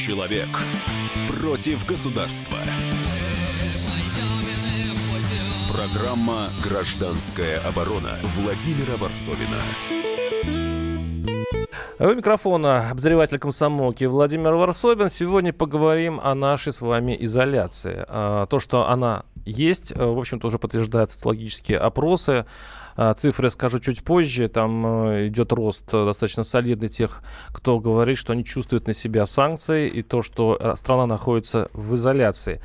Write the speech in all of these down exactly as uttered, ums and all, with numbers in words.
Человек против государства. Программа «Гражданская оборона» Владимира Варсовина. У микрофона обозреватель комсомолки Владимир Варсобин. Сегодня поговорим о нашей с вами изоляции. То, что она есть, в общем-то, уже подтверждают социологические опросы. Цифры скажу чуть позже. Там идет рост достаточно солидный тех, кто говорит, что они чувствуют на себя санкции и то, что страна находится в изоляции.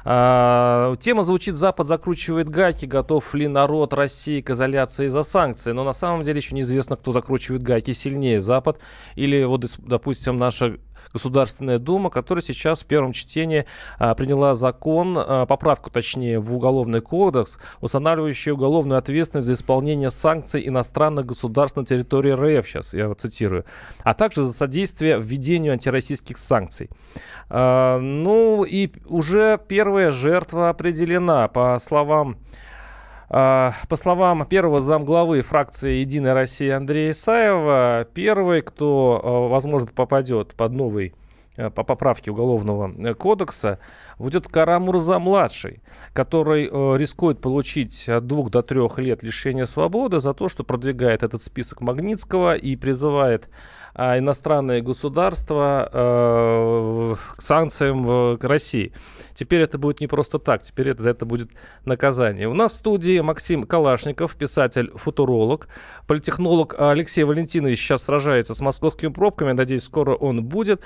Тема звучит: Запад закручивает гайки, готов ли народ России к изоляции из-за санкций. Но на самом деле еще неизвестно, кто закручивает гайки сильнее, Запад или, вот, допустим, наша Государственная Дума, которая сейчас в первом чтении а, приняла закон, а, поправку точнее, в Уголовный кодекс, устанавливающий уголовную ответственность за исполнение санкций иностранных государств на территории РФ, сейчас я цитирую, а также за содействие введению антироссийских санкций. А, ну и уже первая жертва определена. По словам По словам первого замглавы фракции «Единая Россия» Андрея Исаева, первый, кто, возможно, попадет под новый, по поправке Уголовного кодекса, будет Кара-Мурза-младший, который рискует получить от двух до трех лет лишения свободы за то, что продвигает этот список Магнитского и призывает иностранные государства э, к санкциям в, к России. Теперь это будет не просто так, теперь это, за это будет наказание. У нас в студии Максим Калашников, писатель-футуролог, политтехнолог Алексей Валентинович сейчас сражается с московскими пробками, надеюсь, скоро он будет.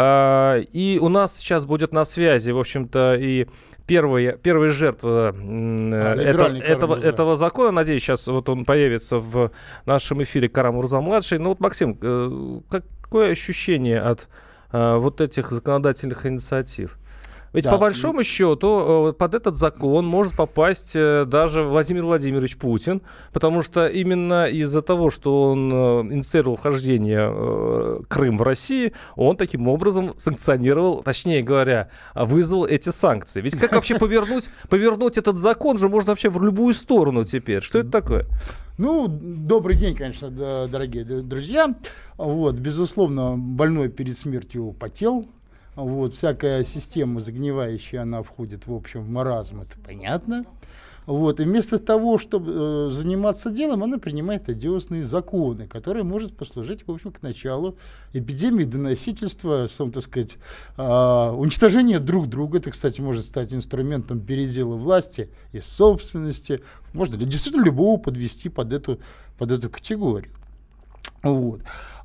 Э, и у нас сейчас будет на связи, в общем-то, и Первая, первая жертва а, это, этого, этого закона, надеюсь, сейчас вот он появится в нашем эфире, Кара-Мурза-младший. Ну вот, Максим, э, какое ощущение от э, вот этих законодательных инициатив? Ведь да, по большому и... счету под этот закон может попасть даже Владимир Владимирович Путин, потому что именно из-за того, что он инициировал вхождение Крым в Россию, он таким образом санкционировал, точнее говоря, вызвал эти санкции. Ведь как вообще повернуть, повернуть этот закон же можно вообще в любую сторону теперь? Что это такое? Ну, добрый день, конечно, дорогие друзья. Вот, безусловно, больной перед смертью потел. Вот, всякая система загнивающая, она входит, в общем, в маразм, это понятно. Вот, и вместо того, чтобы э, заниматься делом, она принимает одиозные законы, которые может послужить, в общем, к началу эпидемии доносительства, сам, так сказать, э, уничтожения друг друга. Это, кстати, может стать инструментом передела власти и собственности. Можно действительно любого подвести под эту, под эту категорию. Вот.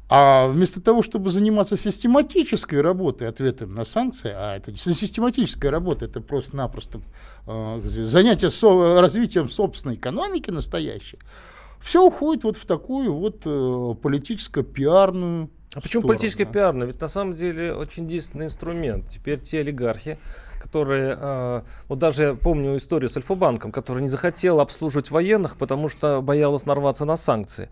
А вместо того, чтобы заниматься систематической работой, ответом на санкции, а это систематическая работа, это просто-напросто э, занятие со, развитием собственной экономики настоящей, все уходит вот в такую вот э, политическо-пиарную А почему сторону. Политическо-пиарную? Ведь на самом деле очень действенный инструмент. Теперь те олигархи, которые, э, вот даже я помню историю с Альфа-банком, который не захотел обслуживать военных, потому что боялась нарваться на санкции.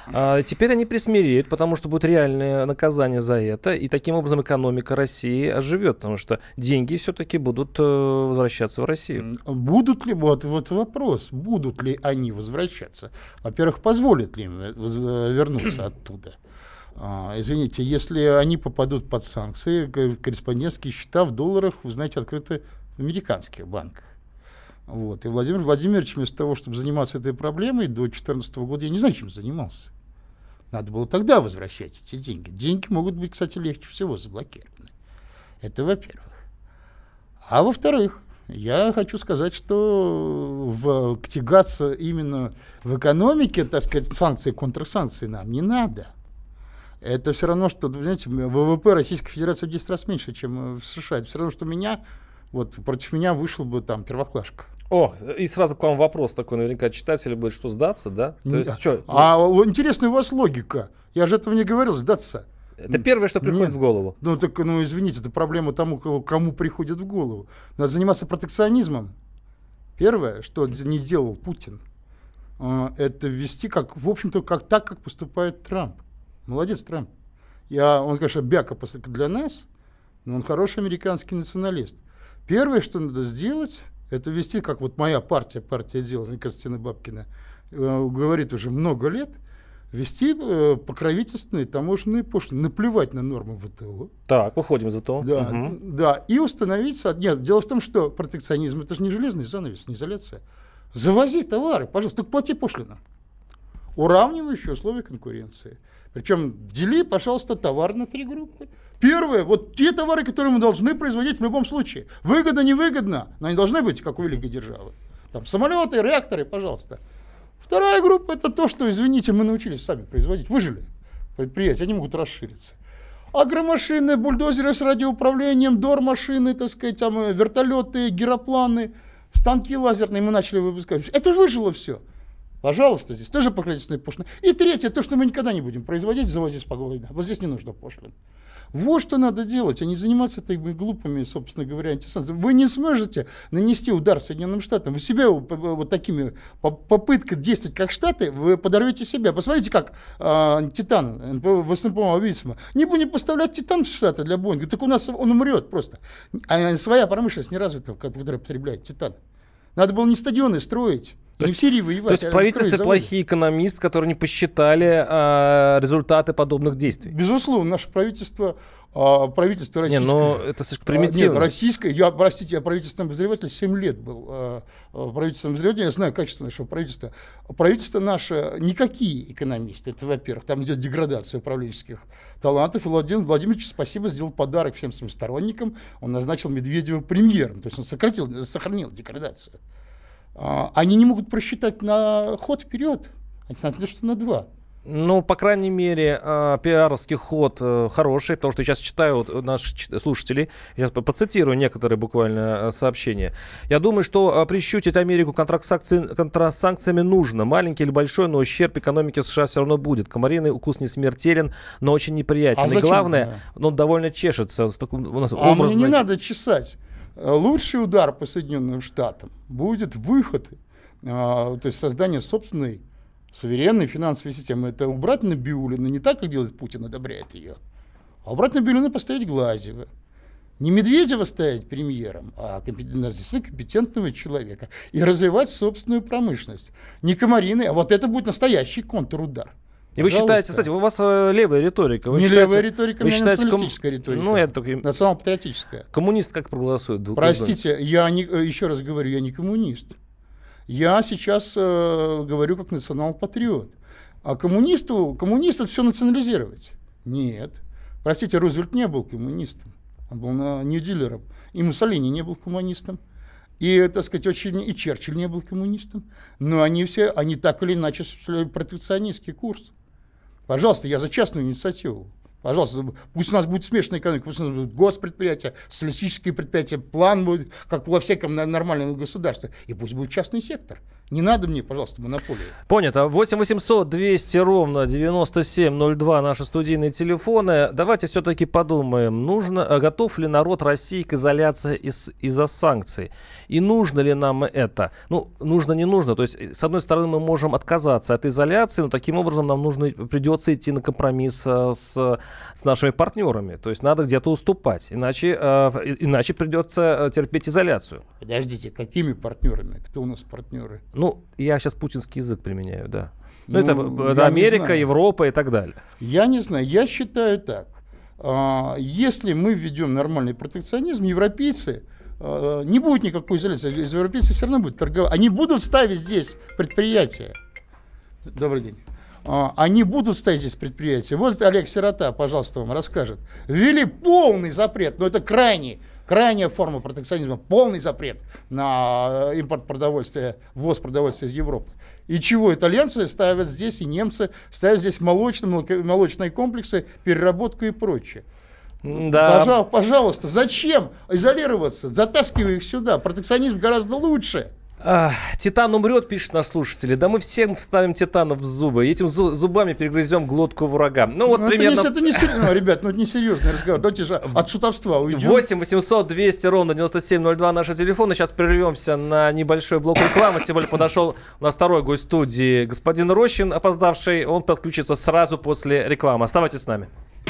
А теперь они присмиреют, потому что будет реальное наказание за это, и таким образом экономика России оживет, потому что деньги все-таки будут э, возвращаться в Россию. Будут ли, вот, вот вопрос, будут ли они возвращаться? Во-первых, позволят ли им вернуться оттуда? А, извините, если они попадут под санкции, корреспондентские счета в долларах, вы знаете, открыты в американских банках. Вот. И Владимир Владимирович, вместо того, чтобы заниматься этой проблемой, до две тысячи четырнадцатого года, я не знаю, чем занимался. Надо было тогда возвращать эти деньги. Деньги могут быть, кстати, легче всего заблокированы. Это во-первых. А во-вторых, я хочу сказать, что в, тягаться именно в экономике, так сказать, санкции, контрсанкции нам не надо. Это все равно, что, знаете, ВВП Российской Федерации в десять раз меньше, чем в США. Это все равно, что меня, вот против меня вышел бы там первоклашка. О, и сразу к вам вопрос такой, наверняка читателя будет, что сдаться, да? То есть, что? А интересная у вас логика. Я же этого не говорил, сдаться. Это первое, что приходит Нет. в голову. Ну, так, ну, извините, это проблема тому, кому приходит в голову. Надо заниматься протекционизмом. Первое, что не сделал Путин, это ввести, как, в общем-то, как, так, как поступает Трамп. Молодец, Трамп. Я, он, конечно, бяка для нас, но он хороший американский националист. Первое, что надо сделать, это ввести, как вот моя партия, партия дел, Константина Бабкина, э, говорит уже много лет, ввести э, покровительственные таможенные пошлины, наплевать на нормы ВТО. Так, выходим из ВТО. Да, угу. да, и установить... Нет, дело в том, что протекционизм — это же не железный занавес, не изоляция. Завози товары, пожалуйста, только плати пошлину. Уравнивающие условия конкуренции. Причем дели, пожалуйста, товар на три группы. Первое, вот те товары, которые мы должны производить в любом случае. Выгодно, невыгодно, но они должны быть, как у великой державы. Там самолеты, реакторы, пожалуйста. Вторая группа — это то, что, извините, мы научились сами производить. Выжили предприятия, они могут расшириться. Агромашины, бульдозеры с радиоуправлением, дор-машины, так сказать, там, вертолеты, гиропланы, станки лазерные мы начали выпускать. Это выжило все. Пожалуйста, здесь тоже покровительственные пошлины. И третье, то, что мы никогда не будем производить, завозить с погодой. Вот здесь не нужно пошлин. Вот что надо делать, а не заниматься такими глупыми, собственно говоря, антисанкциями. Вы не сможете нанести удар Соединенным Штатам. Вы себя вот такими попытками действовать как Штаты, вы подорвете себя. Посмотрите, как э, Титан в СНП обидится. Не будем поставлять Титан в Штаты для Боинга, так у нас он умрет просто. А своя промышленность не развита, которая потребляет Титан. Надо было не стадионы строить. То не есть, в Сирии воевать, то есть а в правительстве заводы. Плохие экономисты, которые не посчитали а, результаты подобных действий. Безусловно, наше правительство, а, правительство российское. Не, но это слишком примитивно. А, нет, российское. Я, простите, я правительственный обозреватель семь лет был. А, правительственным обозревателем, я знаю качество нашего правительства. Правительство наше никакие экономисты. Это, во-первых, там идет деградация управленческих талантов. И Владимир Владимирович, спасибо, сделал подарок всем своим сторонникам. Он назначил Медведева премьером. То есть он сократил, сохранил деградацию. Они не могут просчитать на ход вперед, они знают, что на два. Ну, по крайней мере, э, пиаровский ход э, хороший, потому что я сейчас читаю вот, наших слушателей, сейчас процитирую некоторые буквально э, сообщения. Я думаю, что э, прищучить Америку контрасанкци... контрасанкциями нужно. Маленький или большой, но ущерб экономике США все равно будет. Комариный укус не смертелен, но очень неприятен. А И главное, да. он довольно чешется. Он такой, у нас а образный... мне не надо чесать. Лучший удар по Соединенным Штатам будет выход, э, то есть создание собственной суверенной финансовой системы. Это убрать Набиуллину не так, как делает Путин, одобряет ее, а убрать Набиуллину и поставить Глазьева. Не Медведева ставить премьером, а компетентного, компетентного человека. И развивать собственную промышленность. Не Комариной, а вот это будет настоящий контрудар. И вы считаете, кстати, у вас э, левая риторика. Вы не считаете, левая риторика, у меня националистическая ком... риторика. Ну, это только... Национал-патриотическая. Коммунист как проголосует? Простите, я не, еще раз говорю, я не коммунист. Я сейчас э, говорю как национал-патриот. А коммунисту, коммунист это все национализировать. Нет. Простите, Рузвельт не был коммунистом. Он был на, нью-дилером. И Муссолини не был коммунистом. И, так сказать, очень, и Черчилль не был коммунистом. Но они все, они так или иначе осуществляли протекционистский курс. Пожалуйста, я за частную инициативу. Пожалуйста, пусть у нас будет смешанная экономика, пусть у нас будет госпредприятие, социалистические предприятия, план будет, как во всяком нормальном государстве. И пусть будет частный сектор. Не надо мне, пожалуйста, монополии. Понятно. восемь восемьсот двести ровно девяносто семь ноль два наши студийные телефоны. Давайте все-таки подумаем, нужно, готов ли народ России к изоляции из, из-за санкций? И нужно ли нам это? Ну, нужно, не нужно. То есть, с одной стороны, мы можем отказаться от изоляции, но таким образом нам нужно, придется идти на компромисс с, с нашими партнерами. То есть, надо где-то уступать. Иначе, э, иначе придется терпеть изоляцию. Подождите, какими партнерами? Кто у нас партнеры? Ну, я сейчас путинский язык применяю, да. Ну, ну это, это Америка, Европа и так далее. Я не знаю, я считаю так. Если мы введем нормальный протекционизм, европейцы, не будет никакой изоляции, европейцы все равно будут торговать. Они будут ставить здесь предприятия. Добрый день. Они будут ставить здесь предприятия. Вот Олег Сирота, пожалуйста, вам расскажет. Ввели полный запрет, но это крайний. Крайняя форма протекционизма, полный запрет на импорт продовольствия, ввоз продовольствия из Европы. И чего итальянцы ставят здесь, и немцы ставят здесь молочные, молочные комплексы, переработку и прочее. Да. Пожалуйста, пожалуйста, зачем изолироваться? Затаскивай их сюда. Протекционизм гораздо лучше. А, титан умрет, пишет наш слушатель. Да мы всем вставим титанов в зубы. И этим зу- зубами перегрызем глотку врага. Ну вот ну, примерно... Это не, это не, ну, ребят, ну это не серьезный разговор. Давайте же от шутовства уйдем. восемь восемьсот двести ровно девяносто семь ноль два наши телефоны. Сейчас прервемся на небольшой блок рекламы. Тем более подошел у нас второй гость студии, господин Рощин, опоздавший. Он подключится сразу после рекламы. Оставайтесь с нами.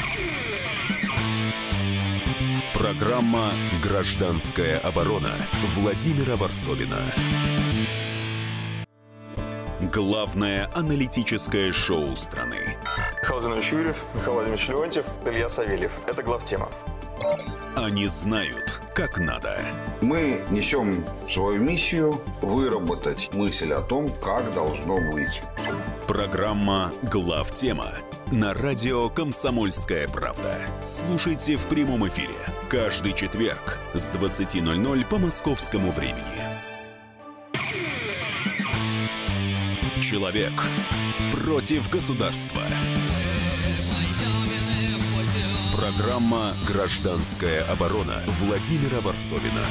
Программа «Гражданская оборона» Владимира Варсовина. Главное аналитическое шоу страны. Михаил Владимирович Юрьев, Михаил Владимирович Леонтьев, Илья Савельев. Это главтема. Они знают, как надо. Мы несем свою миссию выработать мысль о том, как должно быть. Программа «Главтема» на радио «Комсомольская правда». Слушайте в прямом эфире каждый четверг с двадцати ноль-ноль по московскому времени. Человек против государства. Программа «Гражданская оборона» Владимира Варсобина.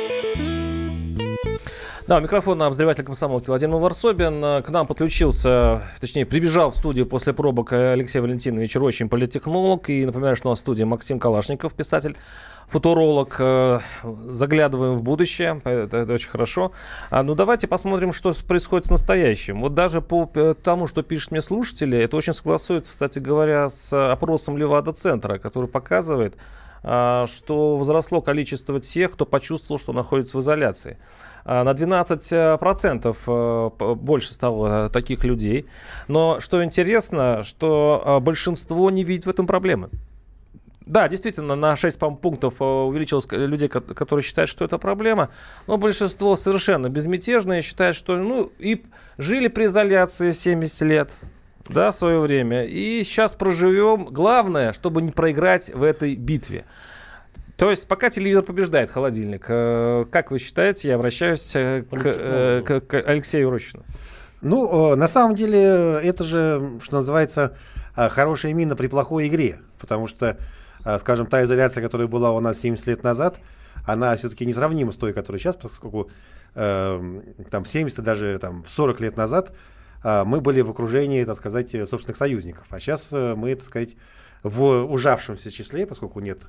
Да, у микрофона обозреватель комсомолки Владимир Варсобин. К нам подключился, точнее, прибежал в студию после пробок Алексей Валентинович Рощин, политтехнолог. И напоминаю, что у нас в студии Максим Калашников, писатель, футуролог. Заглядываем в будущее, это, это очень хорошо. А, ну, давайте посмотрим, что происходит с настоящим. Вот даже по тому, что пишут мне слушатели, это очень согласуется, кстати говоря, с опросом Левада-центра, который показывает, что возросло количество тех, кто почувствовал, что находится в изоляции. На двенадцать процентов больше стало таких людей. Но что интересно, что большинство не видит в этом проблемы. Да, действительно, на шесть пунктов увеличилось людей, которые считают, что это проблема. Но большинство совершенно безмятежные, считают, что ну, и жили при изоляции семьдесят лет. Да, в свое время. И сейчас проживем. Главное, чтобы не проиграть в этой битве. То есть, пока телевизор побеждает холодильник. Как вы считаете, я обращаюсь к, к, к Алексею Рощину. Ну, на самом деле, это же, что называется, хорошая мина при плохой игре. Потому что, скажем, та изоляция, которая была у нас семьдесят лет назад, она все-таки несравнима с той, которая сейчас, поскольку э, там семьдесят, даже там, сорок лет назад мы были в окружении, так сказать, собственных союзников. А сейчас мы, так сказать, в ужавшемся числе, поскольку нет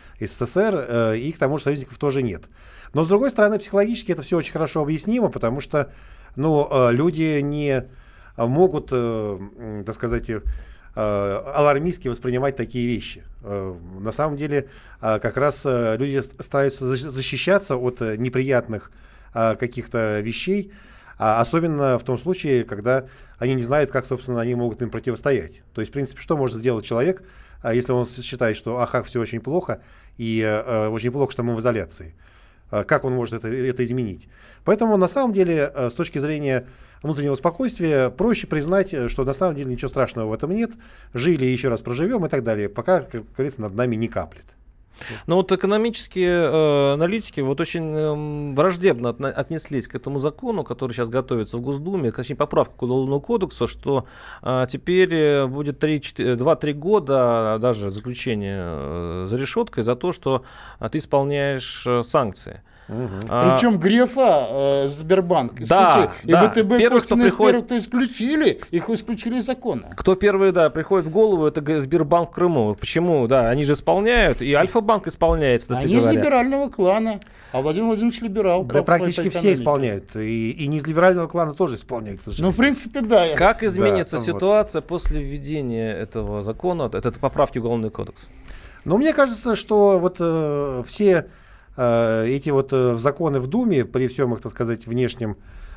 СССР, и к тому же союзников тоже нет. Но, с другой стороны, психологически это все очень хорошо объяснимо, потому что ну, люди не могут, так сказать, алармистски воспринимать такие вещи. На самом деле, как раз люди стараются защищаться от неприятных каких-то вещей, особенно в том случае, когда они не знают, как, собственно, они могут им противостоять. То есть, в принципе, что может сделать человек, если он считает, что ах, все очень плохо, и э, очень плохо, что мы в изоляции. Как он может это, это изменить? Поэтому, на самом деле, с точки зрения внутреннего спокойствия, проще признать, что на самом деле ничего страшного в этом нет. Жили, еще раз проживем и так далее, пока, как говорится, над нами не каплет. Но вот экономические э, аналитики вот очень э, враждебно от, отнеслись к этому закону, который сейчас готовится в Госдуме, точнее поправка к Уголовному кодексу, что э, теперь будет два-три года даже заключение э, за решеткой за то, что э, ты исполняешь э, санкции. Угу. А, Причем Грефа э, Сбербанк исключили. Да, и да. ВТБ Первых, кто приходит... первых, кто исключили, их исключили из закона. Кто первый, да, приходит в голову, это Сбербанк в Крыму. Почему? Да, они же исполняют, и Альфа-банк исполняет, кстати они говоря. Они из либерального клана, а Владимир Владимирович либерал. Да, практически все исполняют, и, и не из либерального клана тоже исполняют. Ну, в принципе, да. Как изменится да, ситуация вот. после введения этого закона, это поправки в Уголовный кодекс? Ну, мне кажется, что вот э, все... эти вот законы в Думе, при всем их, так сказать, внешнем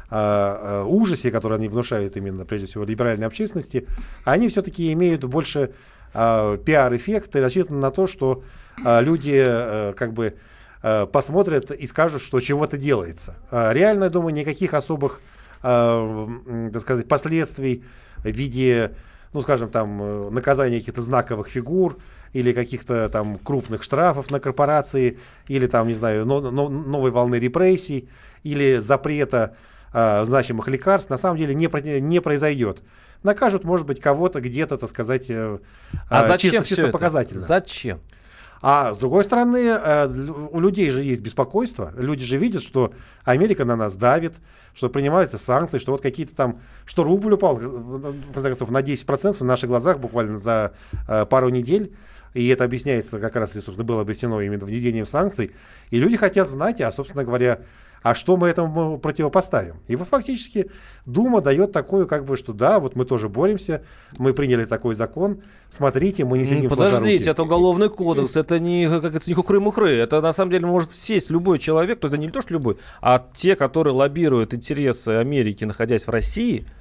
э, ужасе, который они внушают именно, прежде всего, либеральной общественности, они все-таки имеют больше э, пиар-эффект и рассчитаны на то, что э, люди э, как бы э, посмотрят и скажут, что чего-то делается. Э, реально, я думаю, никаких особых, э, так сказать, последствий в виде, ну, скажем, там, наказания каких-то знаковых фигур, или каких-то там крупных штрафов на корпорации, или там, не знаю, но, но, новой волны репрессий, или запрета э, значимых лекарств, на самом деле не, не произойдет. Накажут, может быть, кого-то где-то, так сказать, э, а зачем чисто, чисто показательно. Зачем? А с другой стороны, э, у людей же есть беспокойство. Люди же видят, что Америка на нас давит, что принимаются санкции, что вот какие-то там, что рубль упал, в конце концов, на десять процентов на наших глазах буквально за э, пару недель. И это объясняется как раз, собственно, было объяснено именно введением санкций. И люди хотят знать, а, собственно говоря, а что мы этому противопоставим. И вот фактически Дума дает такое, как бы, что да, вот мы тоже боремся, мы приняли такой закон, смотрите, мы не сидим сложа руки. Подождите, это уголовный кодекс, это не, как это, не хухры-мухры, это на самом деле может сесть любой человек, то это не то, что любой, а те, которые лоббируют интересы Америки, находясь в России,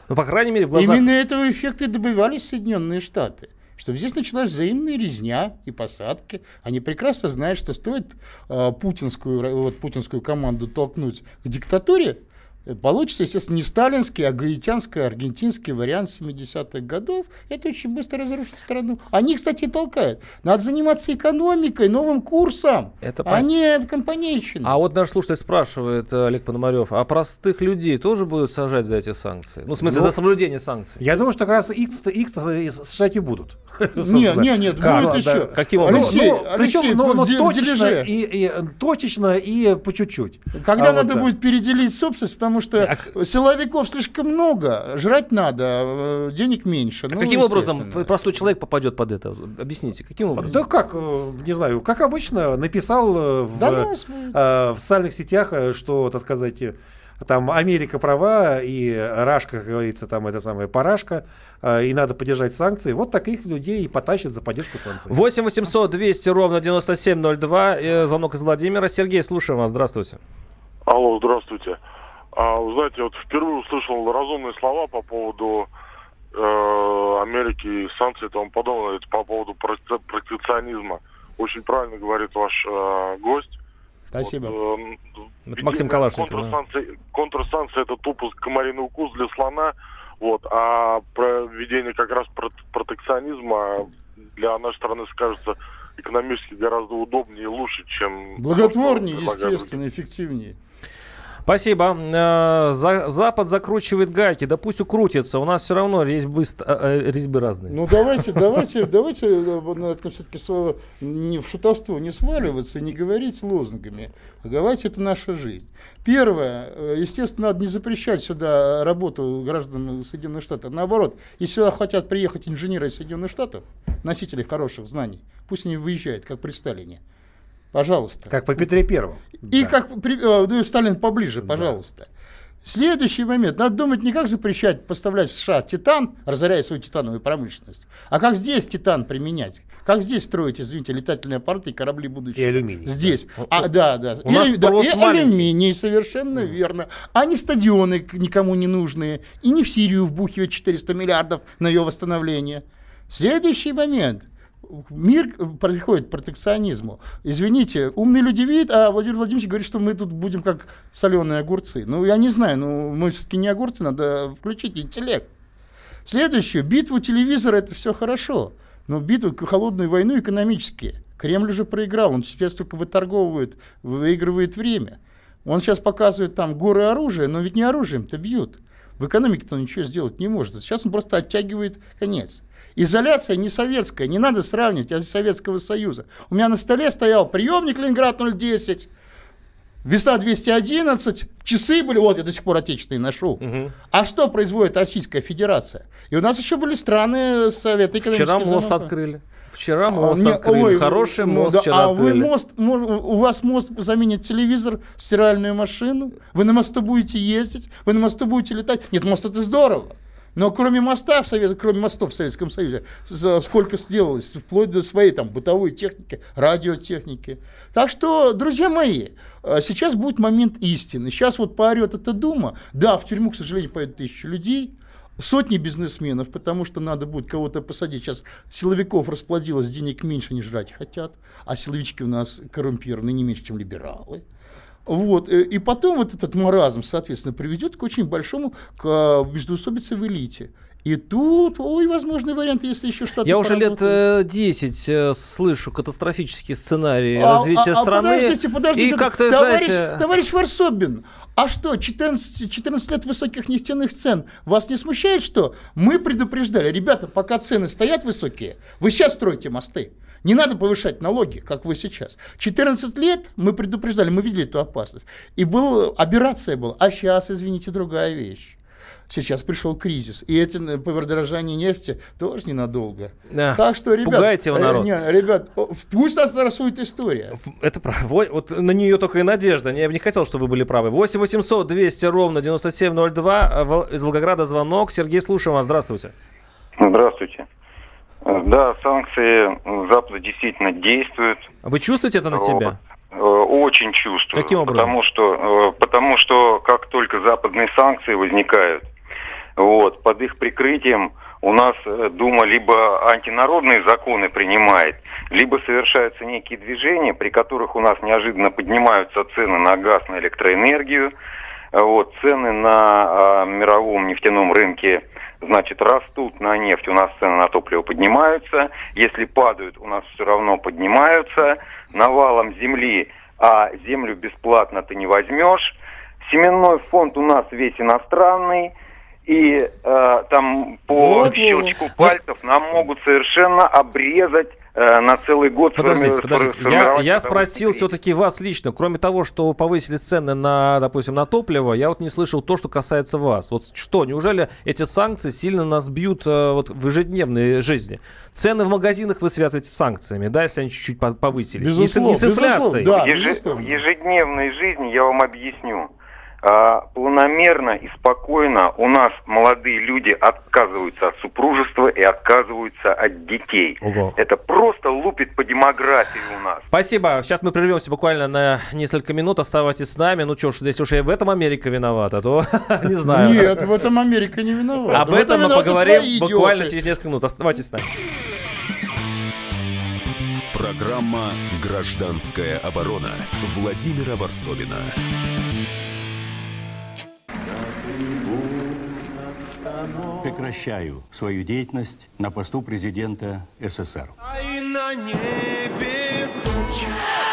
Ну, по крайней мере, в глазах... Именно этого эффекта и добивались Соединенные Штаты. Чтобы здесь началась взаимная резня и посадки. Они прекрасно знают, что стоит э, путинскую, вот, путинскую команду толкнуть к диктатуре, получится, естественно, не сталинский, а гаитянский, аргентинский вариант семидесятых годов. Это очень быстро разрушит страну. Они, кстати, толкают. Надо заниматься экономикой, новым курсом, Это а пон... не компанейщиной. А вот наш слушатель спрашивает, Олег Пономарев, а простых людей тоже будут сажать за эти санкции? Ну, в смысле, ну, за соблюдение санкций? Я думаю, что как раз их-то, их-то сажать и будут. Нет, нет, нет, как? будет Да, еще. Каким образом? Алексей, ну, ну, Алексей, причем, ну, ну, в, точечно, в и, и, точечно и по чуть-чуть. Когда а надо вот будет переделить собственность, потому что а... силовиков слишком много, жрать надо, денег меньше. А ну, каким образом простой человек попадет под это? Объясните, каким образом? Да как, не знаю, как обычно, написал в, да ну, э, в социальных сетях, что, так сказать, там Америка права, и Рашка, как говорится, там это самая парашка, и надо поддержать санкции. Вот таких людей и потащат за поддержку санкций. восемь восемьсот двести ровно девяносто семь ноль два. Звонок из Владимира. Сергей, слушаем вас. Здравствуйте. Алло, здравствуйте. А, вы знаете, вот впервые услышал разумные слова по поводу э, Америки и санкций и тому подобное. Это по поводу протекционизма. Очень правильно говорит ваш э, гость. Спасибо. Вот, э, это Максим Калашников. Контрсанкции, да. Контрсанкции это тупо комариный укус для слона. Вот, а проведение как раз протекционизма для нашей страны, скажется, экономически гораздо удобнее и лучше, чем... Благотворнее, естественно, эффективнее. Спасибо. Запад закручивает гайки, да пусть укрутится. У нас все равно резьбы, резьбы разные. Ну давайте, давайте, давайте это все-таки не в шутовство не сваливаться, не говорить лозунгами. А давайте, это наша жизнь. Первое, естественно, надо не запрещать сюда работу граждан Соединенных Штатов. Наоборот, если сюда хотят приехать инженеры из Соединенных Штатов, носители хороших знаний, пусть они выезжают, как при Сталине. Пожалуйста. Как по Петре Первому. И да. как ну, Сталин поближе, пожалуйста. Да. Следующий момент. Надо думать не как запрещать поставлять в США титан, разоряя свою титановую промышленность, а как здесь титан применять. Как здесь строить, извините, летательные аппараты и корабли будущего. И алюминий. Здесь. Да. А, да, да. У и, нас да, и алюминий, совершенно mm. верно. А не стадионы никому не нужные. И не в Сирию вбухивать четыреста миллиардов на ее восстановление. Следующий момент. Мир приходит к протекционизму. Извините, умные люди видят, а Владимир Владимирович говорит, что мы тут будем как соленые огурцы. Ну, я не знаю, ну, мы все-таки не огурцы, надо включить интеллект. Следующее. Битву телевизора — это все хорошо. Но битву, холодную войну экономически. Кремль уже проиграл, он сейчас только выторговывает, выигрывает время. Он сейчас показывает там горы оружия, но ведь не оружием-то бьют. В экономике-то он ничего сделать не может. Сейчас он просто оттягивает конец. Изоляция не советская, не надо сравнивать, а из Советского Союза. У меня на столе стоял приемник Ленинград ноль десять, весна двести одиннадцать, часы были, вот я до сих пор отечественные ношу. Угу. А что производит Российская Федерация? И у нас еще были страны Совета экономического. Вчера мост зоны. открыли. Вчера мост а, открыли. Ой, Хороший ну, мост да, вчера а открыли. Вы мост, у вас мост заменит телевизор, стиральную машину, вы на мосту будете ездить, вы на мосту будете летать. Нет, мост — это здорово. Но кроме моста в Совет, кроме мостов в Советском Союзе, сколько сделалось, вплоть до своей там бытовой техники, радиотехники. Так что, друзья мои, сейчас будет момент истины. Сейчас вот поорет эта дума. Да, в тюрьму, к сожалению, пойдут тысячи людей, сотни бизнесменов, потому что надо будет кого-то посадить. Сейчас силовиков расплодилось, денег меньше, не жрать хотят, а силовички у нас коррумпированы не меньше, чем либералы. Вот. И потом вот этот маразм, соответственно, приведет к очень большому к междоусобице в элите. И тут, ой, возможный вариант, если еще что-то. Я уже лет э, десять э, слышу катастрофические сценарии а, развития а, страны. А подождите, подождите, и как-то, товарищ, знаете... товарищ Варсобин, а что, четырнадцать, четырнадцать лет высоких нефтяных цен вас не смущает, что мы предупреждали, ребята, пока цены стоят высокие, вы сейчас строите мосты. Не надо повышать налоги, как вы сейчас. четырнадцать лет мы предупреждали, мы видели эту опасность. И был, операция была. А сейчас, извините, другая вещь. Сейчас пришел кризис. И эти подорожание нефти тоже ненадолго. Да. Так что, ребят, пугайте его народ. Э, не, ребят, пусть нас нарисует история. Это правда. Вот на нее только и надежда. Я бы не хотел, чтобы вы были правы. восемь восемьсот двести ровно девяносто семь ноль два. Из Волгограда звонок. Сергей, слушаем вас. Здравствуйте. Здравствуйте. Да, санкции Запада действительно действуют. Вы чувствуете это на себя? Очень чувствую. Каким образом? Потому что, потому что как только западные санкции возникают, Вот, под их прикрытием у нас Дума либо антинародные законы принимает, либо совершаются некие движения, при которых у нас неожиданно поднимаются цены на газ, на электроэнергию. Вот, цены на а, мировом нефтяном рынке, значит, растут на нефть, у нас цены на топливо поднимаются. Если падают, у нас все равно поднимаются. Навалом земли, а землю бесплатно ты не возьмешь. Семенной фонд у нас весь иностранный. И э, там по вот, щелчку вот. пальцев нам могут совершенно обрезать э, на целый год. Подождите, подождите. Я, я спросил все-таки вас лично, кроме того, что повысили цены на, допустим, на топливо, я вот не слышал то, что касается вас. Вот что, неужели эти санкции сильно нас бьют э, вот, в ежедневной жизни? Цены в магазинах вы связываете с санкциями, да, если они чуть-чуть повысились? Безусловно, не с инфляцией. Да, в, еж... в ежедневной жизни я вам объясню. А, планомерно и спокойно у нас молодые люди отказываются от супружества и отказываются от детей. Ого. Это просто лупит по демографии у нас. Спасибо. Сейчас мы прервемся буквально на несколько минут. Оставайтесь с нами. Ну что ж, если уж и в этом Америка виновата, то не знаю. Нет, в этом Америка не виновата. Об этом мы поговорим буквально через несколько минут. Оставайтесь с нами. Программа «Гражданская оборона» Владимира Варсобина. Прекращаю свою деятельность на посту президента СССР. А и на небе тучи.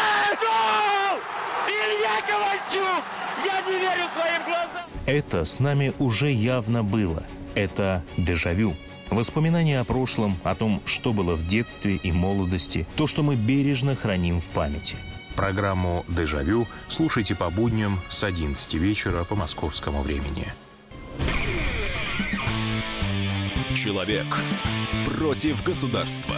Илья Ковальчук! Я не верю своим глазам! Это с нами уже явно было. Это дежавю. Воспоминания о прошлом, о том, что было в детстве и молодости, то, что мы бережно храним в памяти. Программу «Дежавю» слушайте по будням с одиннадцати вечера по московскому времени. Человек против государства.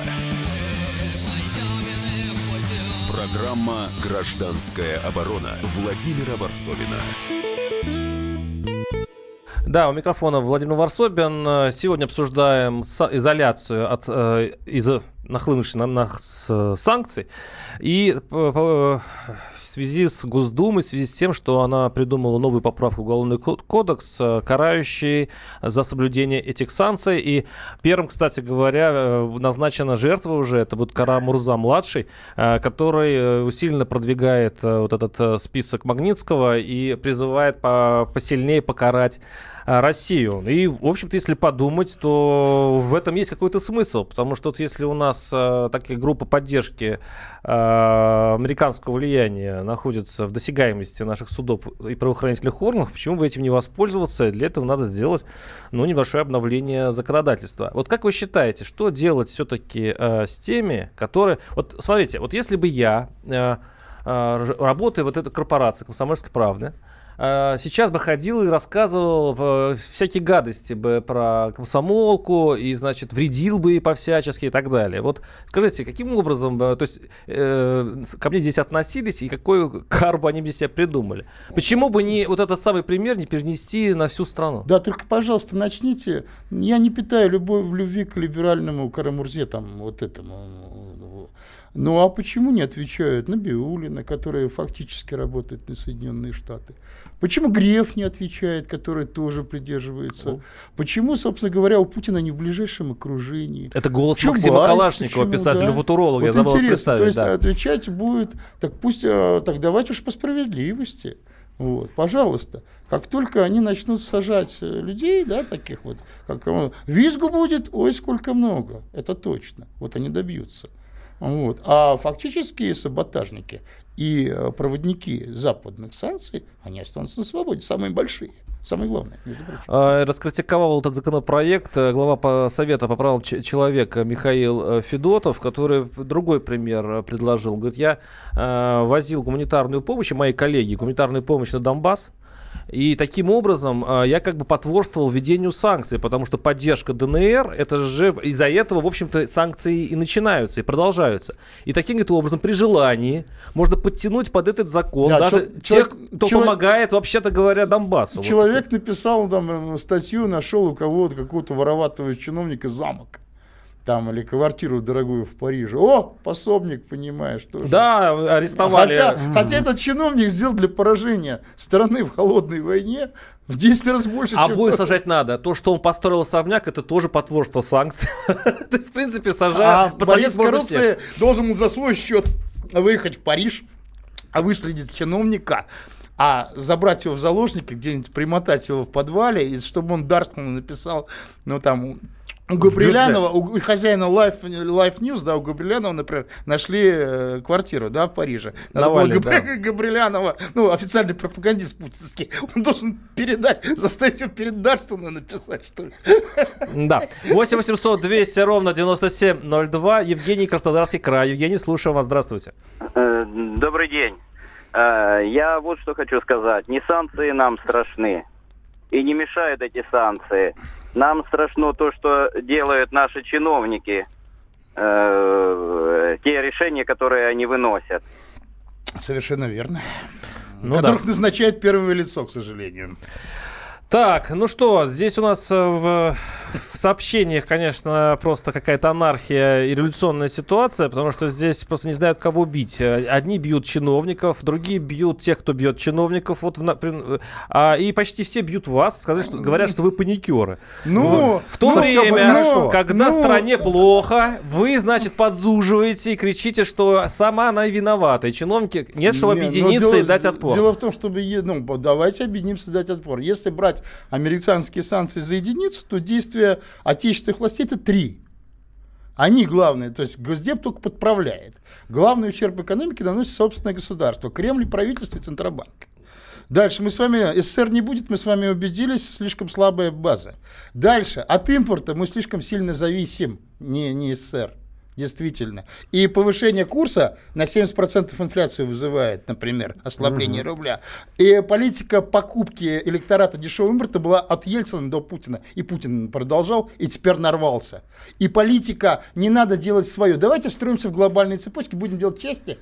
Программа «Гражданская оборона» Владимира Варсобина. Да, у микрофона Владимир Варсобин. Сегодня обсуждаем изоляцию от э, из нахлынувших на нас санкций. И э, в связи с Госдумой, в связи с тем, что она придумала новую поправку в Уголовный кодекс, карающий за соблюдение этих санкций. И первым, кстати говоря, назначена жертва уже, это будет Кара-Мурза-младший, который усиленно продвигает вот этот список Магнитского и призывает посильнее покарать Россию. И, в общем-то, если подумать, то в этом есть какой-то смысл, потому что вот если у нас э, такие группы поддержки э, американского влияния находятся в досягаемости наших судов и правоохранительных органов, почему бы этим не воспользоваться? Для этого надо сделать, ну, небольшое обновление законодательства. Вот как вы считаете, что делать все-таки э, с теми, которые... Вот смотрите, вот если бы я, э, э, работая в вот этой корпорации «Комсомольской правды», сейчас бы ходил и рассказывал всякие гадости бы про комсомолку и, значит, вредил бы по-всячески и так далее. Вот скажите, каким образом, то есть, э, ко мне здесь относились и какую карбу они мне себе придумали? Почему бы не вот этот самый пример не перенести на всю страну? Да, только, пожалуйста, начните. Я не питаю любовь в любви к либеральному Кара-Мурзе, там, вот этому. Ну, а почему не отвечают Набиуллина, которая фактически работает на Соединенные Штаты? Почему Греф не отвечает, который тоже придерживается? О. Почему, собственно говоря, у Путина не в ближайшем окружении? Это голос Чубайс, Максима Калашникова, писателя-футуролога, да? я забыл представить. То есть да. отвечать будет, так пусть, так давайте уж по справедливости. Вот, пожалуйста, как только они начнут сажать людей, да, таких вот, как визгу будет, ой, сколько много, это точно, вот они добьются. Вот. А фактические саботажники и проводники западных санкций, они останутся на свободе, самые большие. Самое главное, между прочим. Раскритиковал этот законопроект глава Совета по правам человека Михаил Федотов, который другой пример предложил. Говорит, я возил гуманитарную помощь, мои коллеги, гуманитарную помощь на Донбасс. И таким образом я как бы потворствовал введению санкций, потому что поддержка ДНР, это же из-за этого, в общем-то, санкции и начинаются, и продолжаются. И таким говорит, образом при желании можно подтянуть под этот закон да, даже чел- тех, кто человек, помогает, вообще-то говоря, Донбассу. Человек вот. написал там статью, нашел у кого-то какого-то вороватого чиновника замок. там, или квартиру дорогую в Париже. О, пособник, понимаешь, тоже. Да, арестовали. Хотя, хотя этот чиновник сделал для поражения страны в холодной войне в десять раз больше, а чем... Обоих сажать надо. То, что он построил особняк, это тоже потворство санкций. То есть, в принципе, сажать... А борец коррупции должен за свой счет выехать в Париж, выследить чиновника, а забрать его в заложники, где-нибудь примотать его в подвале, и чтобы он дарственно написал, ну, там... У Габрилянова, у хозяина Life, Life News, да, у Габрилянова, например, нашли э, квартиру, да, в Париже. Надо было Габри... да. Габрилянова, ну, официальный пропагандист путинский, он должен передать, заставить его перед Дарственно написать, что ли. Да. восемь восемьсот двести ровно девяносто семь ноль два. Евгений, Краснодарский край. Евгений, слушаю вас. Здравствуйте. Добрый день. Я вот что хочу сказать. Не санкции нам страшны. И не мешают эти санкции. Нам страшно то, что делают наши чиновники, э, те решения, которые они выносят. Совершенно верно. Ну, которых да. назначает первое лицо, к сожалению. Так, ну что, здесь у нас в, в сообщениях, конечно, просто какая-то анархия и революционная ситуация, потому что здесь просто не знают, кого бить. Одни бьют чиновников, другие бьют тех, кто бьет чиновников, вот в, а, и почти все бьют вас, сказать, что, говорят, что вы паникеры. Ну, вот. В то ну, время, ну, когда ну, стране плохо, вы, значит, подзуживаете и кричите, что сама она и виновата, и чиновники нет, чтобы не, объединиться дело, и дать отпор. Дело в том, чтобы, ну, давайте объединимся и дать отпор. Если брать американские санкции за единицу, то действия отечественных властей это три. Они главные, то есть Госдеп только подправляет. Главный ущерб экономике наносит собственное государство, Кремль, правительство и Центробанк. Дальше мы с вами, СССР не будет, мы с вами убедились, слишком слабая база. Дальше, от импорта мы слишком сильно зависим, не, не СССР. Действительно. И повышение курса на семьдесят процентов инфляцию вызывает, например, ослабление угу. рубля. И политика покупки электората дешевого импорта была от Ельцина до Путина. И Путин продолжал, и теперь нарвался. И политика не надо делать свое. Давайте встроимся в глобальные цепочки, будем делать части,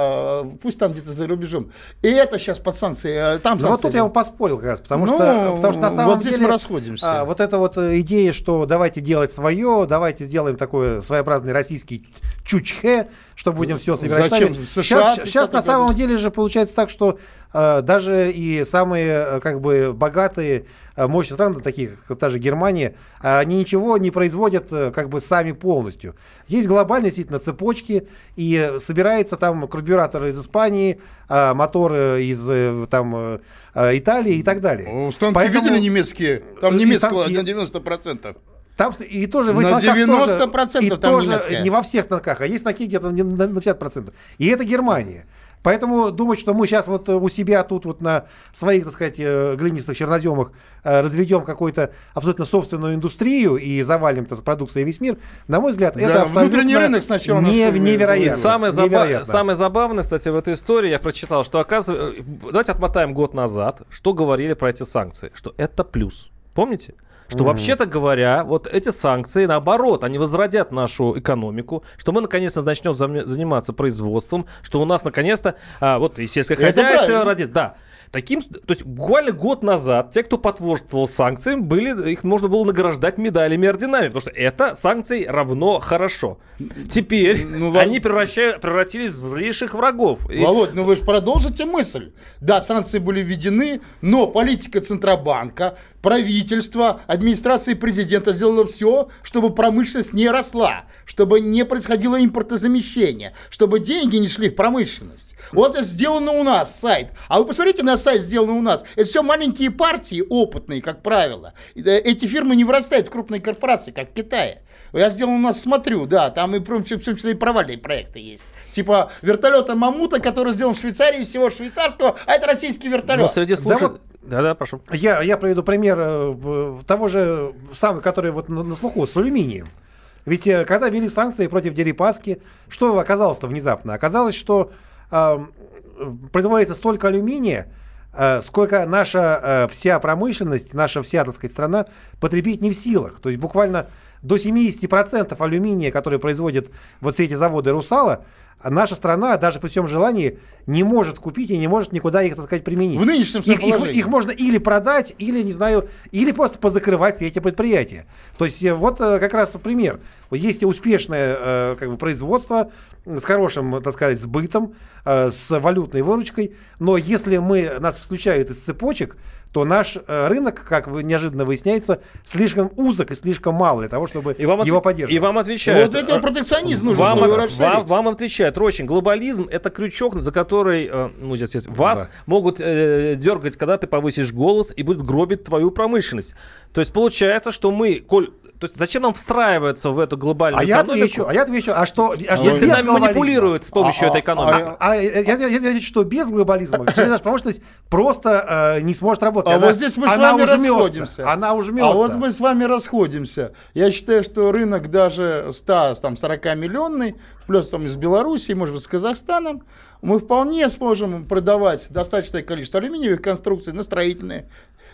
а пусть там где-то за рубежом. И это сейчас под санкции. Там санкции. Вот тут я его поспорил как раз, потому, ну, что, потому что на самом вот здесь деле мы расходимся. А, вот эта вот идея, что давайте делать свое, давайте сделаем такой своеобразный российский чучхе, что будем все собирать Зачем? сами. США, сейчас сейчас на самом деле же получается так, что э, даже и самые как бы богатые, э, мощные страны, такие как та же Германия, э, они ничего не производят э, как бы сами полностью. Есть глобальные действительно цепочки, и собирается там карбюраторы из Испании, э, моторы из э, там, э, Италии и так далее. Станки Поэтому... видели немецкие? Там немецкого на девяносто процентов. Там и тоже в на девяносто процентов тоже, там и тоже не во всех станках, а есть станки где-то на пятьдесят процентов. И это Германия. Поэтому думать, что мы сейчас вот у себя тут вот на своих, так сказать, глинистых черноземах разведем какую-то абсолютно собственную индустрию и завалим так, продукцией весь мир, на мой взгляд, да, это абсолютно внутренний рынок сначала не, невероятно. Самое, заба- самое забавное, кстати, в этой истории, я прочитал, что, оказывается, давайте отмотаем год назад, что говорили про эти санкции, что это плюс. Помните? Что, mm-hmm. вообще-то говоря, вот эти санкции, наоборот, они возродят нашу экономику, что мы, наконец-то, начнем зам- заниматься производством, что у нас, наконец-то, а, вот и сельское хозяйство родит. Да. Таким, то есть буквально год назад те, кто потворствовал санкциям, были, их можно было награждать медалями и орденами, потому что это санкции равно хорошо. Теперь ну, они превращают, превратились в злейших врагов. Володь, ну вы же продолжите мысль. Да, санкции были введены, но политика Центробанка, правительство, администрация президента сделала все, чтобы промышленность не росла, чтобы не происходило импортозамещение, чтобы деньги не шли в промышленность. Вот это сделано у нас сайт. А вы посмотрите на сайт, сделано у нас. Это все маленькие партии, опытные, как правило. Эти фирмы не вырастают в крупные корпорации, как в Китае. Я сделал у нас, смотрю, да, там и в том числе и провальные проекты есть. Типа вертолета Мамута, который сделан в Швейцарии, всего швейцарского, а это российский вертолет. Ну, среди слушателей... Да, вот... Да-да, прошу. Я, я приведу пример э, того же, самый, который вот на, на слуху, с алюминием. Ведь э, когда ввели санкции против Дерипаски, что оказалось-то внезапно? Оказалось, что э, производится столько алюминия, э, сколько наша э, вся промышленность, наша вся, так сказать, страна потребить не в силах. То есть буквально до семьдесят процентов алюминия, который производят вот все эти заводы «Русала», наша страна, даже при всем желании, не может купить и не может никуда их, так сказать, применить. В нынешнем их, их, их можно или продать, или, не знаю, или просто позакрывать все эти предприятия. То есть вот как раз пример. есть и успешное э, как бы, производство с хорошим, так сказать, сбытом, э, с валютной выручкой, но если мы, нас исключают из цепочек, то наш э, рынок, как вы, неожиданно выясняется, слишком узок и слишком мал для того, чтобы и вам его от... поддерживать. И вам отвечают... Вот это протекционизм нужно, вам, чтобы от... вам, вам отвечают, Рощин, глобализм — это крючок, за который э, ну, здесь, вас да. могут э, дергать, когда ты повысишь голос, и будут гробить твою промышленность. То есть получается, что мы, коль... То есть зачем нам встраиваться в эту глобальную а экономику? Я отвечу, а я отвечу, а что... А если нами манипулируют с помощью а, этой экономики? А, а, а, я, я, я отвечу, что без глобализма наша промышленность просто э, не сможет работать. А она, вот здесь мы с она вами ужмется, расходимся. Она ужмется. А вот мы с вами расходимся. Я считаю, что рынок даже сто сорок миллионный, плюс там из Белоруссии, может быть, с Казахстаном, мы вполне сможем продавать достаточное количество алюминиевых конструкций на строительные,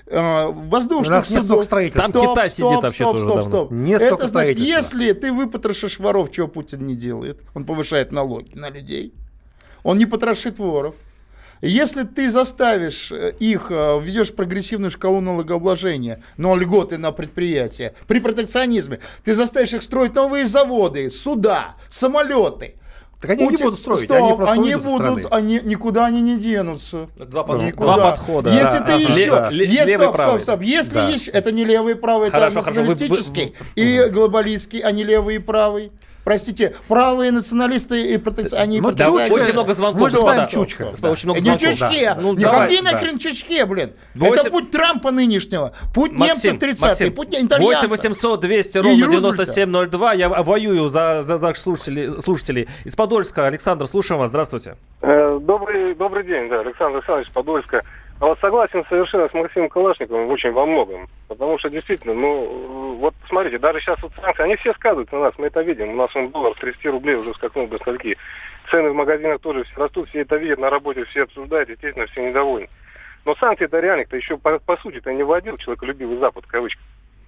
воздушных судов. Там стоп, Китай стоп, сидит вообще стоп, тоже стоп, давно. стоп. Не Это значит, если ты выпотрошишь воров, чего Путин не делает, он повышает налоги на людей, он не потрошит воров. Если ты заставишь их, введешь прогрессивную шкалу налогообложения, но льготы на предприятия, при протекционизме, ты заставишь их строить новые заводы, суда, самолеты. Так они Пути... не будут строить, Стоп, они просто они уйдут будут, из страны. они, никуда они не денутся. Два, под... Никуда. Два подхода. Если да, ты ага. еще... Да. Если, левый, стоп, правый. стоп, стоп. Если да. еще... Это не левый и правый, хорошо, это хорошо. националистический Вы, вы... и глобалистский, а не левый и правый. Простите, правые националисты и протекционисты, они ну, протекционисты. Очень много звонков. Может, господа. чучка. Да. Очень много Не звонков. чучке, Да. Ну, не давай, ходи на да. хрен чучке, блин. восемь... Это путь Трампа нынешнего, путь Максим, немцев тридцатых, путь итальянцев. восемь восемьсот двести ровно девяносто семь ноль два. Я воюю за, за, за слушателей, слушателей. Из Подольска. Александр, слушаем вас. Здравствуйте. Добрый, добрый день, да, Александр Александрович, Подольска. А вот согласен совершенно с Максимом Калашниковым очень во многом. Потому что действительно, ну, вот смотрите, даже сейчас вот санкции, они все сказываются на нас, мы это видим. У нас он доллар с тридцати рублей уже скакнул до скольки. Цены в магазинах тоже все растут, все это видят, на работе все обсуждают, естественно, все недовольны. Но санкции-то реальных-то еще по, по сути-то не вводил человеколюбивый Запад, в кавычках.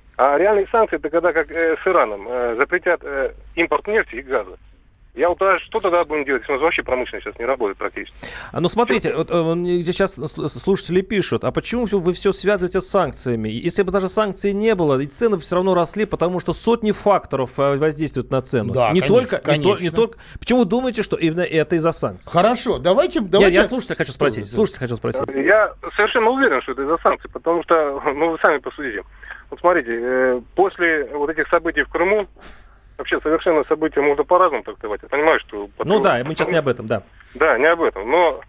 А реальные санкции, это когда, как э, с Ираном, э, запретят э, импорт нефти и газа. Я вот а что тогда будем делать, если у нас вообще промышленность сейчас не работает практически? А ну смотрите, вот, здесь сейчас слушатели пишут, а почему вы все связываете с санкциями? Если бы даже санкций не было, и цены все равно росли, потому что сотни факторов воздействуют на цену. Да, не, конечно, только, конечно. Не, то, не только. Почему вы думаете, что именно это из-за санкций? Хорошо, давайте... давайте... Я, я слушателя хочу спросить, слушателя хочу спросить. Я совершенно уверен, что это из-за санкций, потому что, ну вы сами посудите. Вот смотрите, после вот этих событий в Крыму, вообще совершенно события можно по-разному трактовать. Я понимаю, что... Ну да, мы сейчас не об этом, да. Да, не об этом. Но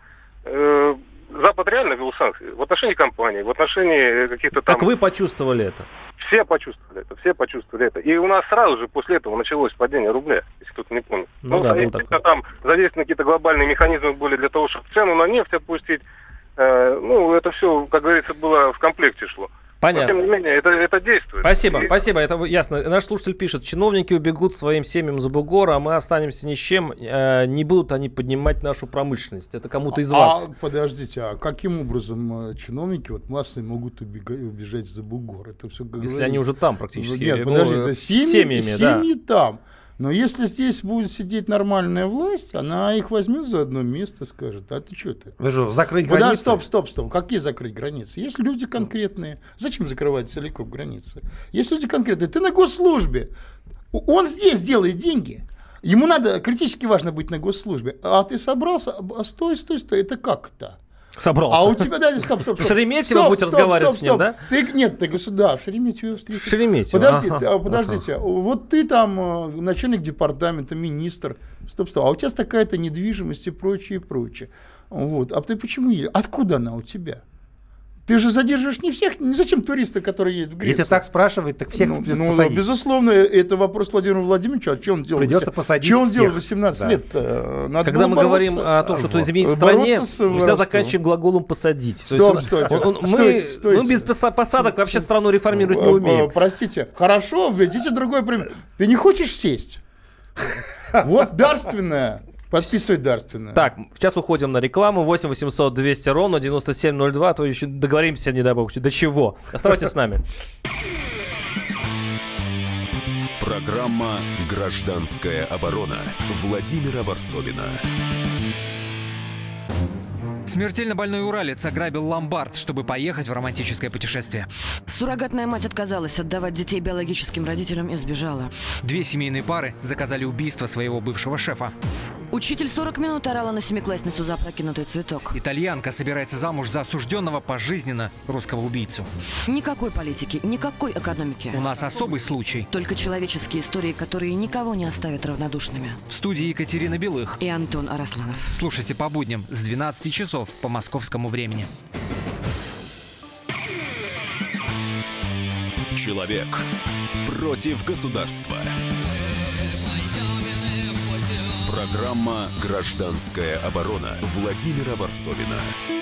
э, Запад реально ввел санкции в отношении компаний, в отношении каких-то там... Как вы почувствовали это? Все почувствовали это, все почувствовали это. И у нас сразу же после этого началось падение рубля, если кто-то не помнит. Ну, ну да, если там задействованы какие-то глобальные механизмы были для того, чтобы цену на нефть опустить, э, ну, это все, как говорится, было в комплекте шло. Понятно. Но, тем не менее, это, это действует. Спасибо, и... спасибо, это ясно. Наш слушатель пишет, чиновники убегут своим семьям за бугор, а мы останемся ни с чем. Э, не будут они поднимать нашу промышленность. Это кому-то из а, вас. А, подождите, а каким образом чиновники вот массой могут убегать, убежать за бугор? Это все, если говорили... они уже там практически. Нет, подождите, ну, семьи, семьями, семьи да. там. Но если здесь будет сидеть нормальная власть, она их возьмет за одно место, скажет, а ты что ты? Ну что, закрыть Подожди, границы? Стоп, стоп, стоп. Какие закрыть границы? Есть люди конкретные. Зачем закрывать целиком границы? Есть люди конкретные. Ты на госслужбе. Он здесь делает деньги. Ему надо, критически важно быть на госслужбе. А ты собрался? А стой, стой, стой. Это как-то? Собрался. А у тебя, да, стоп, стоп, стоп. Шереметьево стоп, будете стоп, разговаривать стоп, с ним, стоп. да? Ты, нет, ты государь, в Шереметьево встретил. Шереметьево. Подождите, ага, подождите. ага. Вот ты там начальник департамента, министр. Стоп, стоп. А у тебя такая-то недвижимость и прочее, и прочее. Вот. А ты почему едешь? Откуда она у тебя? Ты же задерживаешь не всех, не зачем туристы, которые едут в Грецию? Если так спрашивать, так всех ну, придется ну, посадить. Безусловно, это вопрос Владимиру Владимировичу, а что он делал? Придется посадить Что он всех. делал восемнадцать да. лет? Надо Когда мы бороться. говорим о том, что вот. изменить в стране, с мы всегда заканчиваем глаголом «посадить». Стоп, есть, стойте, он, он, стойте, мы, стойте. мы без посадок вообще страну реформировать не умеем. Простите, хорошо, введите другой пример. Ты не хочешь сесть? Вот дарственная. Подписывай дарственную. Так, сейчас уходим на рекламу. восемь восемьсот двести ровно девяносто семь ноль два. То еще договоримся, не дай бог, до чего. Оставайтесь с нами. Программа «Гражданская оборона» Владимира Варсобина. Смертельно больной уралец ограбил ломбард, чтобы поехать в романтическое путешествие. Суррогатная мать отказалась отдавать детей биологическим родителям и сбежала. Две семейные пары заказали убийство своего бывшего шефа. Учитель сорок минут орала на семиклассницу за опрокинутый цветок. Итальянка собирается замуж за осужденного пожизненно русского убийцу. Никакой политики, никакой экономики. У нас особый случай. Только человеческие истории, которые никого не оставят равнодушными. В студии Екатерина Белых и Антон Арасланов. Слушайте по будням с двенадцати часов по московскому времени. Человек против государства. Программа «Гражданская оборона» Владимира Варсовина.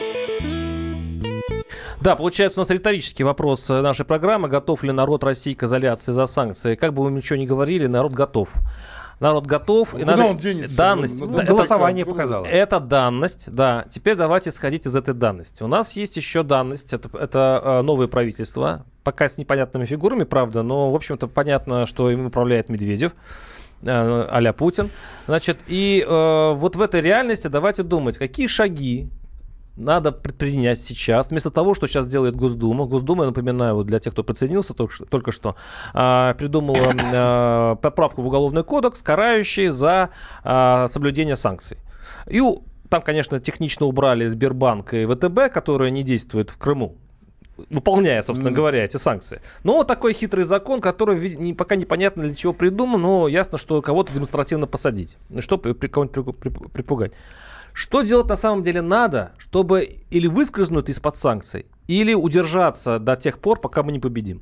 Да, получается, у нас риторический вопрос нашей программы. Готов ли народ России к изоляции за санкции? Как бы вы ничего ни говорили, народ готов. Народ готов. А и куда надо... он денется? Данность. Ну, да, голосование это, показало. Это данность, да. Теперь давайте исходить из этой данности. У нас есть еще данность. Это, это новое правительство. Пока с непонятными фигурами, правда, но, в общем-то, понятно, что им управляет Медведев, э, а-ля Путин. Значит, и э, вот в этой реальности давайте думать, какие шаги надо предпринять сейчас, вместо того, что сейчас делает Госдума. Госдума, я напоминаю, вот для тех, кто присоединился только что, только что э, придумала э, поправку в Уголовный кодекс, карающий за э, соблюдение санкций. И у, там, конечно, технично убрали Сбербанк и ВТБ, которые не действуют в Крыму, выполняя, собственно mm. говоря, эти санкции. Но вот такой хитрый закон, который не, пока непонятно для чего придуман, но ясно, что кого-то демонстративно посадить, чтобы при, кого-нибудь припугать. Что делать на самом деле надо, чтобы или выскользнуть из-под санкций, или удержаться до тех пор, пока мы не победим?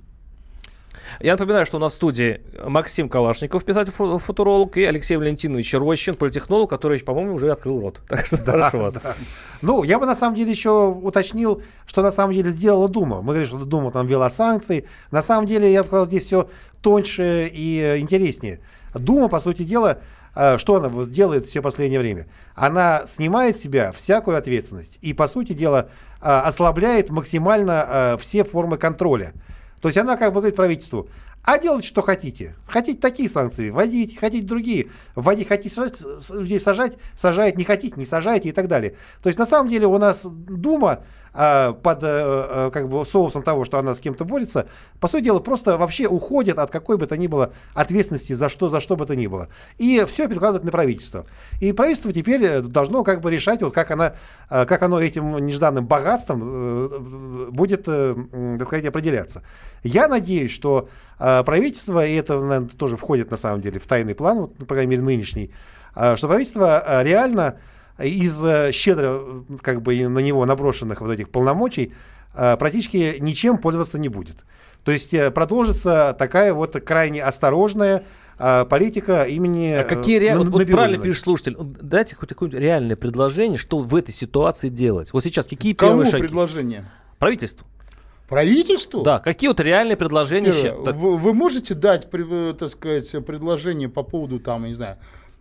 Я напоминаю, что у нас в студии Максим Калашников, писатель-футуролог, и Алексей Валентинович Рощин, политтехнолог, который, по-моему, уже открыл рот. Так что да, прошу вас. Да. Ну, я бы на самом деле еще уточнил, что на самом деле сделала Дума. Мы говорим, что Дума там ввела санкции. На самом деле, я бы сказал, здесь все тоньше и интереснее. Дума, по сути дела, что она делает все последнее время? Она снимает с себя всякую ответственность и, по сути дела, ослабляет максимально все формы контроля. То есть она как бы говорит правительству: а делайте, что хотите. Хотите такие санкции, вводите, хотите другие. Вводите, хотите сажать, людей сажать, сажает, не хотите, не сажайте и так далее. То есть на самом деле у нас Дума а, под а, как бы соусом того, что она с кем-то борется, по сути дела просто вообще уходит от какой бы то ни было ответственности за что, за что бы то ни было. И все перекладывает на правительство. И правительство теперь должно как бы решать, вот как, она, как оно этим нежданным богатством будет, так сказать, определяться. Я надеюсь, что правительство, и это, наверное, тоже входит на самом деле в тайный план, вот, по крайней мере нынешний, что правительство реально из щедро как бы на него наброшенных вот этих полномочий практически ничем пользоваться не будет. То есть продолжится такая вот крайне осторожная политика имени... А какие ре... вот, вот правильно пишет слушатель, дайте хоть какое-нибудь реальное предложение, что в этой ситуации делать. Вот сейчас какие Кому первые шаги? предложение? Правительству. Правительству? Да, какие вот реальные предложения? Первое, вы, вы можете дать, так сказать, предложение по поводу, там, я не знаю,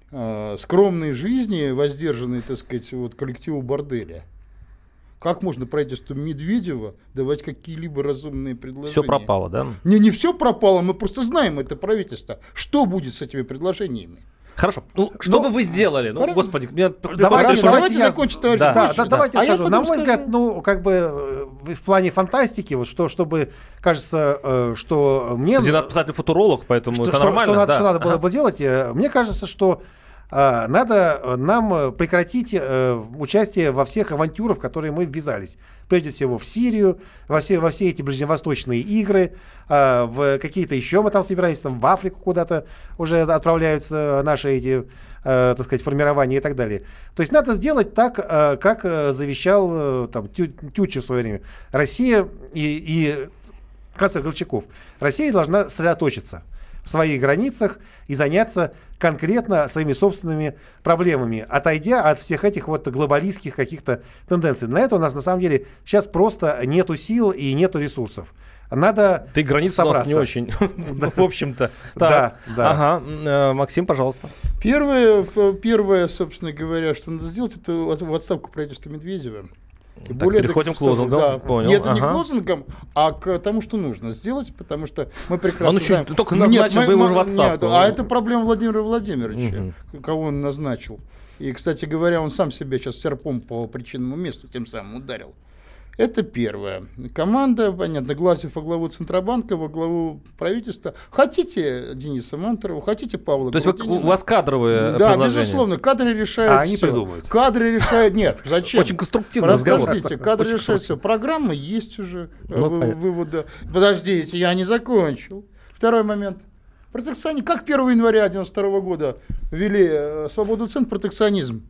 э, скромной жизни, воздержанной, так сказать, вот, коллективу борделя? Как можно правительству Медведева давать какие-либо разумные предложения? Все пропало, да? Не, не все пропало, мы просто знаем это правительство. Что будет с этими предложениями? Хорошо. Ну, что бы вы сделали? Ну, господи, меня... Давайте, давайте, давайте я... закончим, товарищ. Да, да, да, давайте а скажу. На мой скажу. взгляд, ну, как бы в плане фантастики, вот что, чтобы, кажется, что мне... Среди нас писатель-футуролог, поэтому что, это что, нормально. Что, надо, да. что надо было ага. бы сделать, мне кажется, что а, надо нам прекратить а, участие во всех авантюрах, в которые мы ввязались. Прежде всего в Сирию, во все, во все эти ближневосточные игры, а, в какие-то еще мы там собираемся, там в Африку куда-то уже отправляются наши эти, а, так сказать, формирования и так далее. То есть надо сделать так, а, как завещал там, Тю, Тютчев в свое время. Россия и, и канцлер Горчаков. Россия должна сосредоточиться в своих границах и заняться конкретно своими собственными проблемами, отойдя от всех этих вот глобалистских каких-то тенденций. На это у нас на самом деле сейчас просто нету сил и нету ресурсов. Надо Ты границы собраться. У нас не очень, в общем-то. Да, да. Ага, Максим, пожалуйста. Первое, первое, собственно говоря, что надо сделать, это в отставку правительства Медведева. Так, более переходим к лозунгам. Да. Понял. И это ага. не к лозунгам, а к тому, что нужно сделать, потому что мы прекрасно он знаем... еще только назначил нет, бы его мы, уже в отставку. Нет, а это проблема Владимира Владимировича, угу. кого он назначил. И, кстати говоря, он сам себя сейчас серпом по причинному месту тем самым ударил. Это первое. Команда, понятно, Глазьев во главу Центробанка, во главу правительства. Хотите Дениса Мантурова, хотите Павла То есть вы, у вас кадровые да, предложения? Да, безусловно, кадры решают А они все. придумают. Кадры решают... Нет, зачем? Очень конструктивный разговор. Подождите, кадры решают все. Программа есть уже, ну, вы, вывода. Подождите, я не закончил. Второй момент. Протекционизм. Как первого января девяносто второго года ввели э, свободу цен, протекционизм.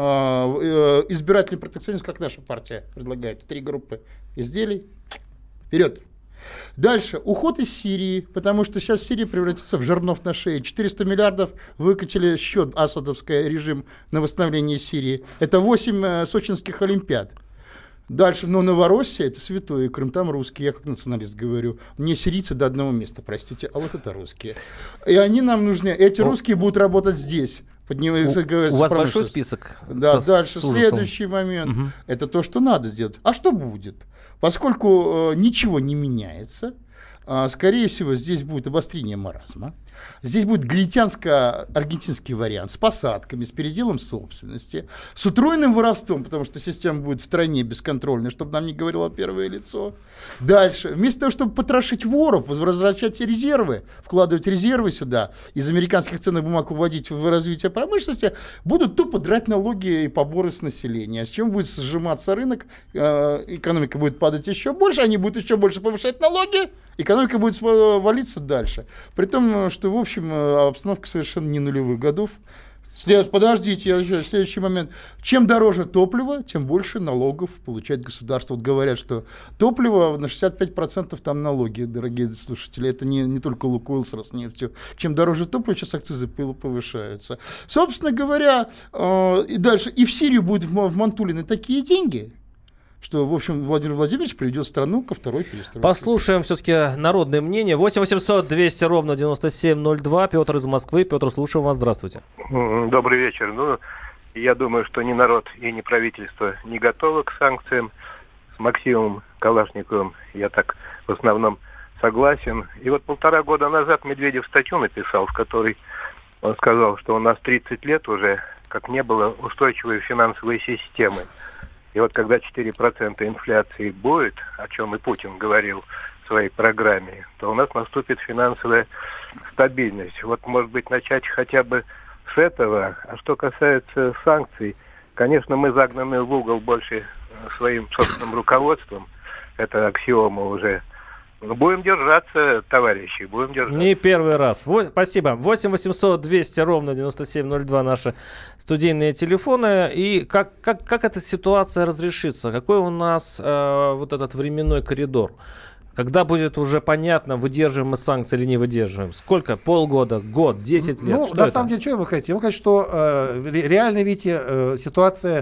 Избирательный протекционизм, как наша партия предлагает. Три группы изделий. Вперед. Дальше. Уход из Сирии, потому что сейчас Сирия превратится в жернов на шее. четыреста миллиардов выкатили счет асадовский режим на восстановление Сирии. Это восемь э, сочинских олимпиад. Дальше, но Новороссия — это святое, и Крым там русские, я как националист говорю. Не сирийцы до одного места, простите, а вот это русские. И они нам нужны. Эти русские будут работать здесь. Поднимается, у, у вас большой список? Да, дальше следующий момент. Угу. Это то, что надо сделать. А что будет? Поскольку э, ничего не меняется, э, скорее всего, здесь будет обострение маразма. Здесь будет гаитянско-аргентинский вариант с посадками, с переделом собственности, с утроенным воровством, потому что система будет втройне бесконтрольной, чтобы нам не говорило первое лицо. Дальше. Вместо того, чтобы потрошить воров, возвращать резервы, вкладывать резервы сюда, из американских ценных бумаг выводить в развитие промышленности, будут тупо драть налоги и поборы с населения. С чем будет сжиматься рынок, экономика будет падать еще больше, они будут еще больше повышать налоги, экономика будет валиться дальше. При том, что, в общем, обстановка совершенно не нулевых годов. След... Подождите, я еще, следующий момент. Чем дороже топливо, тем больше налогов получает государство. Вот говорят, что топливо на шестьдесят пять процентов там налоги, дорогие слушатели. Это не, не только Лукойл с Роснефтью. Чем дороже топливо, сейчас акцизы повышаются. Собственно говоря, э, и дальше. И в Сирию будет в, в Мантулино такие деньги, что, в общем, Владимир Владимирович приведет страну ко второй перестройке. Послушаем все-таки народное мнение. восемь восемьсот двести ровно девяносто семь ноль два. Петр из Москвы. Петр, слушаем вас. Здравствуйте. Добрый вечер. Ну, я думаю, что ни народ и ни правительство не готовы к санкциям. С Максимом Калашниковым я так в основном согласен. И вот полтора года назад Медведев статью написал, в которой он сказал, что у нас тридцать лет уже как не было устойчивой финансовой системы. И вот когда четыре процента инфляции будет, о чем и Путин говорил в своей программе, то у нас наступит финансовая стабильность. Вот, может быть, начать хотя бы с этого. А что касается санкций, конечно, мы загнаны в угол больше своим собственным руководством. Это аксиома уже. Но будем держаться, товарищи, будем держаться. Не первый раз. Во, спасибо. восемь восемьсот двести ровно девяносто семь ноль два наши студийные телефоны. И как, как, как эта ситуация разрешится? Какой у нас э, вот этот временной коридор? Когда будет уже понятно, выдерживаем мы санкции или не выдерживаем? Сколько? Полгода, год, десять лет? Ну, что на это? самом деле, что я могу сказать? Я могу сказать, что э, реально, видите, э, ситуация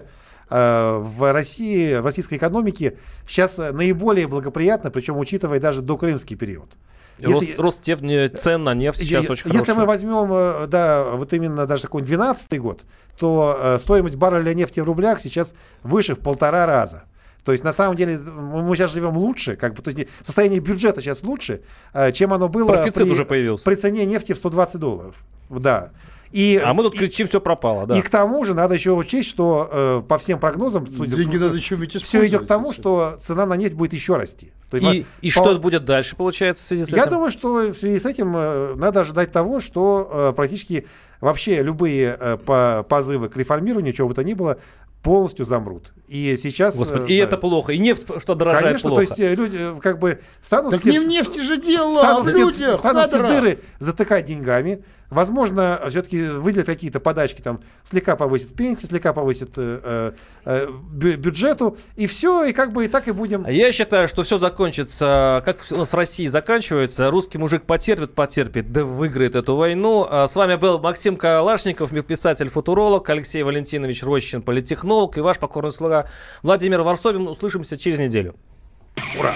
в России, в российской экономике сейчас наиболее благоприятна, причем учитывая даже докрымский период. Если, рост, рост цен на нефть сейчас если, очень хороший. Если мы возьмем, да, вот именно даже такой двенадцатый год, то э, стоимость барреля нефти в рублях сейчас выше в полтора раза. То есть, на самом деле, мы сейчас живем лучше, как бы, то есть состояние бюджета сейчас лучше, э, чем оно было Профицит при, уже появился. при цене нефти в сто двадцать долларов. Да. И, а мы тут кричим, все пропало. Да. И к тому же надо еще учесть, что э, по всем прогнозам судя, деньги надо еще ведь все идет к тому, что цена на нефть будет еще расти. То есть, и и по... что будет дальше, получается, в связи с Я этим? Я думаю, что в связи с этим э, надо ожидать того, что э, практически вообще любые э, по, позывы к реформированию, чего бы то ни было, полностью замрут. И сейчас... Господи, э, и да. это плохо. И нефть, что дорожает, конечно, плохо. То есть люди как бы станут... Так все, не в нефти же дело, станут а в все, людях, станут все кадра. дыры затыкать деньгами. Возможно, все-таки выделят какие-то подачки, там, слегка повысят пенсии, слегка повысят э, э, бюджету, и все, и как бы и так и будем. Я считаю, что все закончится, как у нас в России заканчивается. Русский мужик потерпит, потерпит, да выиграет эту войну. С вами был Максим Калашников, писатель-футуролог, Алексей Валентинович Рощин, политтехнолог, и ваш покорный слуга Владимир Варсобин. Услышимся через неделю. Ура!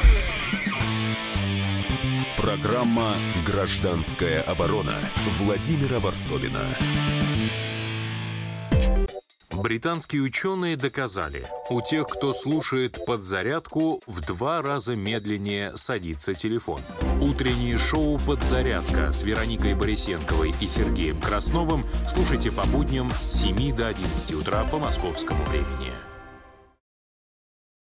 Программа «Гражданская оборона» Владимира Варсобина. Британские ученые доказали, у тех, кто слушает «Подзарядку», в два раза медленнее садится телефон. Утреннее шоу «Подзарядка» с Вероникой Борисенковой и Сергеем Красновым слушайте по будням с семи до одиннадцати утра по московскому времени.